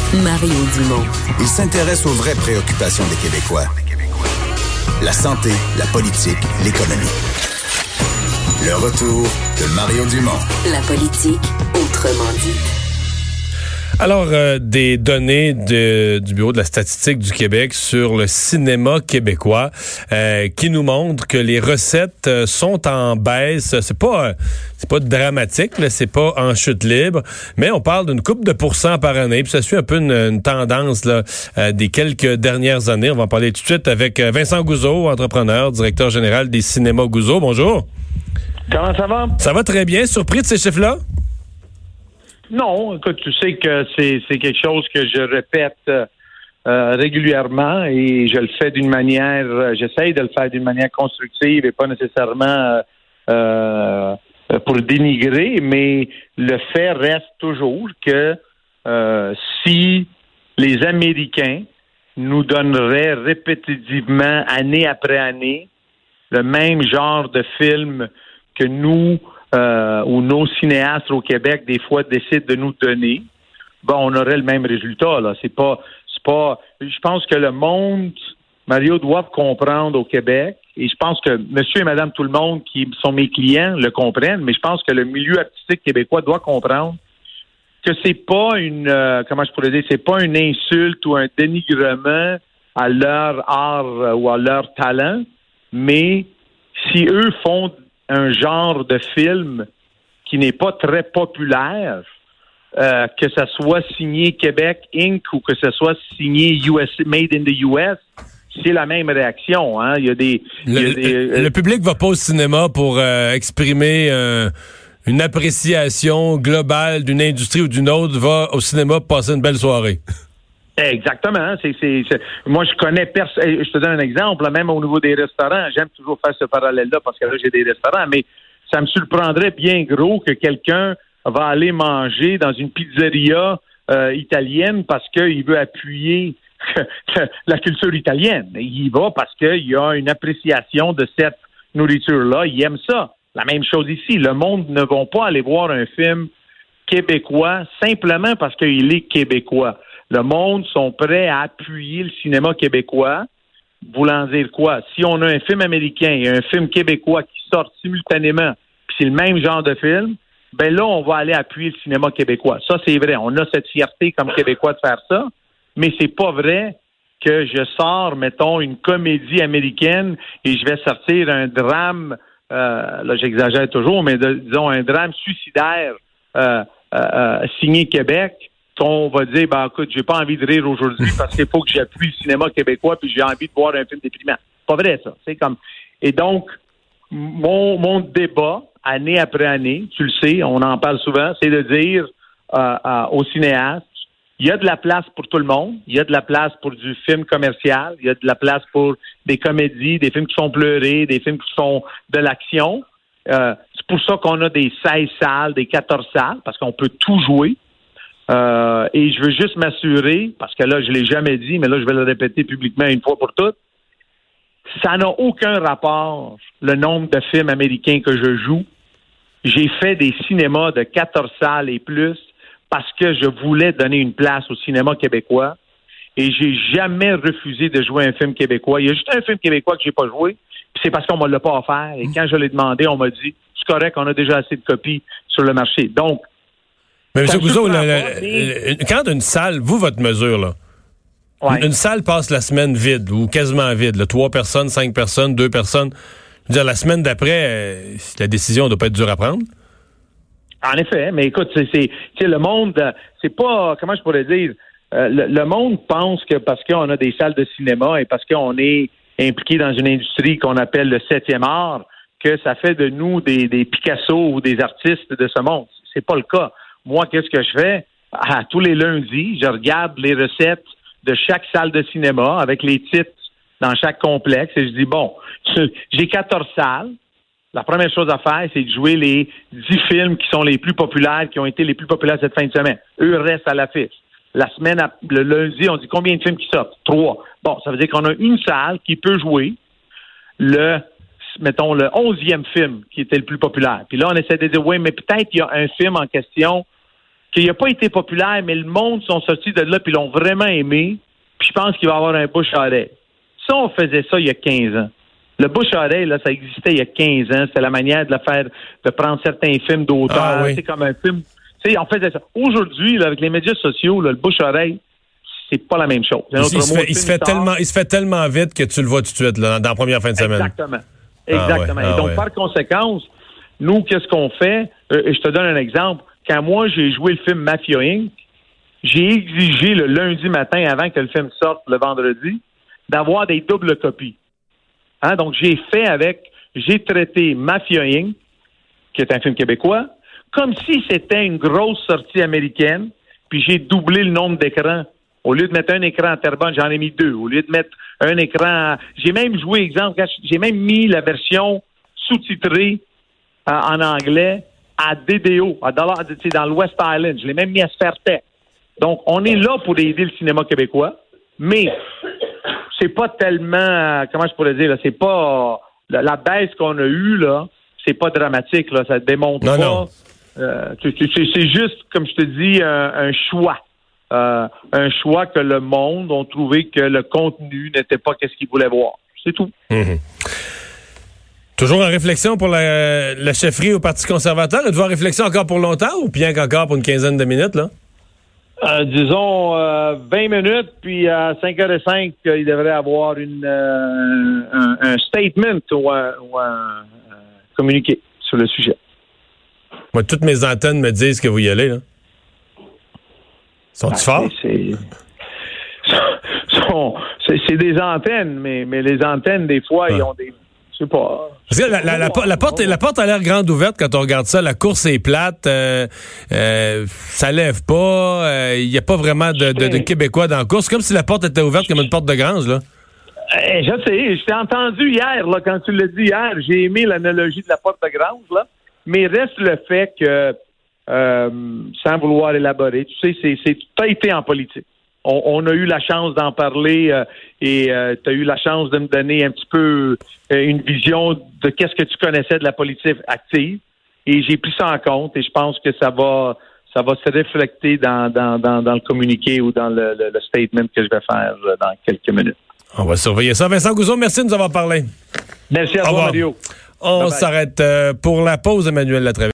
Mario Dumont. Il s'intéresse aux vraies préoccupations des Québécois. La santé, la politique, l'économie. Le retour de Mario Dumont. La politique, autrement dit. Alors, des données du Bureau de la statistique du Québec sur le cinéma québécois qui nous montrent que les recettes sont en baisse. C'est pas dramatique, là, c'est pas en chute libre, mais on parle d'une couple de pourcents par année. Puis ça suit un peu une tendance là, des quelques dernières années. On va en parler tout de suite avec Vincent Gouzeau, entrepreneur, directeur général des Cinémas Gouzeau. Bonjour. Comment ça va? Ça va très bien. Surpris de ces chiffres-là? Non, écoute, tu sais que c'est quelque chose que je répète régulièrement et je le fais j'essaye de le faire d'une manière constructive et pas nécessairement pour dénigrer, mais le fait reste toujours que si les Américains nous donneraient répétitivement, année après année, le même genre de film que nous ou nos cinéastes au Québec, des fois, décident de nous donner, on aurait le même résultat, là. C'est pas, je pense que le monde, Mario, doit comprendre au Québec, et je pense que monsieur et madame tout le monde qui sont mes clients le comprennent, mais je pense que le milieu artistique québécois doit comprendre que c'est pas c'est pas une insulte ou un dénigrement à leur art ou à leur talent, mais si eux font un genre de film qui n'est pas très populaire, que ça soit signé Québec Inc. ou que ça soit signé Made in the US, c'est la même réaction. Hein? Le public va pas au cinéma pour exprimer une appréciation globale d'une industrie ou d'une autre, va au cinéma pour passer une belle soirée. Exactement. Moi, je connais personne. Je te donne un exemple, là, même au niveau des restaurants. J'aime toujours faire ce parallèle-là parce que là, j'ai des restaurants, mais ça me surprendrait bien gros que quelqu'un va aller manger dans une pizzeria italienne parce qu'il veut appuyer la culture italienne. Il y va parce qu'il y a une appréciation de cette nourriture-là. Il aime ça. La même chose ici. Le monde ne va pas aller voir un film québécois simplement parce qu'il est québécois. Le monde sont prêts à appuyer le cinéma québécois. Voulant dire quoi? Si on a un film américain et un film québécois qui sortent simultanément, puis c'est le même genre de film, ben là, on va aller appuyer le cinéma québécois. Ça, c'est vrai. On a cette fierté comme Québécois de faire ça, mais c'est pas vrai que je sors, mettons, une comédie américaine et je vais sortir un drame, là, j'exagère toujours, mais disons un drame suicidaire signé Québec. On va dire, écoute, j'ai pas envie de rire aujourd'hui parce qu'il faut que j'appuie le cinéma québécois puis j'ai envie de voir un film déprimant. C'est pas vrai, ça. C'est comme. Et donc, mon débat, année après année, tu le sais, on en parle souvent, c'est de dire aux cinéastes, il y a de la place pour tout le monde, il y a de la place pour du film commercial, il y a de la place pour des comédies, des films qui sont pleurés, des films qui sont de l'action. C'est pour ça qu'on a des 16 salles, des 14 salles, parce qu'on peut tout jouer. Et je veux juste m'assurer, parce que là, je l'ai jamais dit, mais là, je vais le répéter publiquement une fois pour toutes, ça n'a aucun rapport, le nombre de films américains que je joue. J'ai fait des cinémas de 14 salles et plus parce que je voulais donner une place au cinéma québécois et j'ai jamais refusé de jouer un film québécois. Il y a juste un film québécois que j'ai pas joué, puis c'est parce qu'on me l'a pas offert. Et quand je l'ai demandé, on m'a dit, c'est correct, on a déjà assez de copies sur le marché. Donc, mais M. Gouzeau, quand une salle, votre mesure, là, ouais. Une salle passe la semaine vide ou quasiment vide, là, 3 personnes, 5 personnes, 2 personnes. Je veux dire, la semaine d'après, la décision doit pas être dure à prendre. En effet, mais écoute, c'est le monde, c'est pas, comment je pourrais dire, le monde pense que parce qu'on a des salles de cinéma et parce qu'on est impliqué dans une industrie qu'on appelle le 7e art, que ça fait de nous des Picasso ou des artistes de ce monde. C'est pas le cas. Moi, qu'est-ce que je fais? Tous les lundis, je regarde les recettes de chaque salle de cinéma avec les titres dans chaque complexe et je dis, bon, j'ai 14 salles. La première chose à faire, c'est de jouer les 10 films qui sont les plus populaires, qui ont été les plus populaires cette fin de semaine. Eux restent à l'affiche. Le lundi, on dit combien de films qui sortent? 3. Bon, ça veut dire qu'on a une salle qui peut jouer le 11e film qui était le plus populaire. Puis là, on essaie de dire, oui, mais peut-être il y a un film en question qu'il n'a pas été populaire, mais le monde sont sortis de là puis l'ont vraiment aimé, puis je pense qu'il va y avoir un bouche-à-oreille. Ça, on faisait ça il y a 15 ans. Le bouche-à-oreille, là, ça existait il y a 15 ans. C'était la manière de le faire, de prendre certains films d'auteur. C'est comme un film. Tu sais, on faisait ça. Aujourd'hui, là, avec les médias sociaux, là, le bouche-à-oreille, c'est pas la même chose. Il se fait tellement vite que tu le vois tout de suite, là, dans la première fin de semaine. Exactement. Et donc, par conséquence, nous, qu'est-ce qu'on fait? Et je te donne un exemple. Quand moi, j'ai joué le film Mafia Inc., j'ai exigé le lundi matin, avant que le film sorte le vendredi, d'avoir des doubles copies. Hein? Donc, j'ai traité Mafia Inc., qui est un film québécois, comme si c'était une grosse sortie américaine, puis j'ai doublé le nombre d'écrans. Au lieu de mettre un écran à Terrebonne, j'en ai mis 2. Au lieu de mettre un écran... J'ai même joué, exemple, j'ai même mis la version sous-titrée en anglais à DDO, dans le West Island. Je l'ai même mis à Sfertec. Donc, on est là pour aider le cinéma québécois, mais c'est pas tellement... comment je pourrais dire? Là, c'est pas... La baisse qu'on a eue, là, c'est pas dramatique. Là, ça démontre pas... Non. C'est juste, comme je te dis, un choix. Un choix que le monde ont trouvé que le contenu n'était pas ce qu'ils voulaient voir. C'est tout. Toujours en réflexion pour la chefferie au Parti conservateur. Êtes-vous en réflexion encore pour longtemps ou bien qu'encore pour une quinzaine de minutes, là? Disons 20 minutes, puis à 5h05, il devrait avoir un statement ou un communiqué sur le sujet. Moi, toutes mes antennes me disent que vous y allez, là. Sont-ils forts? C'est des antennes, mais les antennes, des fois, ils ont des... Je sais pas. Parce que la porte a l'air grande ouverte quand on regarde ça. La course est plate. Ça lève pas. Il n'y a pas vraiment de Québécois dans la course. C'est comme si la porte était ouverte comme une porte de grange, là. Je sais. Je t'ai entendu hier, là, quand tu l'as dit hier. J'ai aimé l'analogie de la porte de grange, là. Mais reste le fait que, sans vouloir élaborer, tu sais, tu as été en politique. On a eu la chance d'en parler et tu as eu la chance de me donner un petit peu une vision de qu'est-ce que tu connaissais de la politique active. Et j'ai pris ça en compte et je pense que ça va se refléter dans le communiqué ou dans le statement que je vais faire dans quelques minutes. On va surveiller ça. Vincent Gouzeau, merci de nous avoir parlé. Merci à toi, Mario. On s'arrête pour la pause, Emmanuel Latraverse.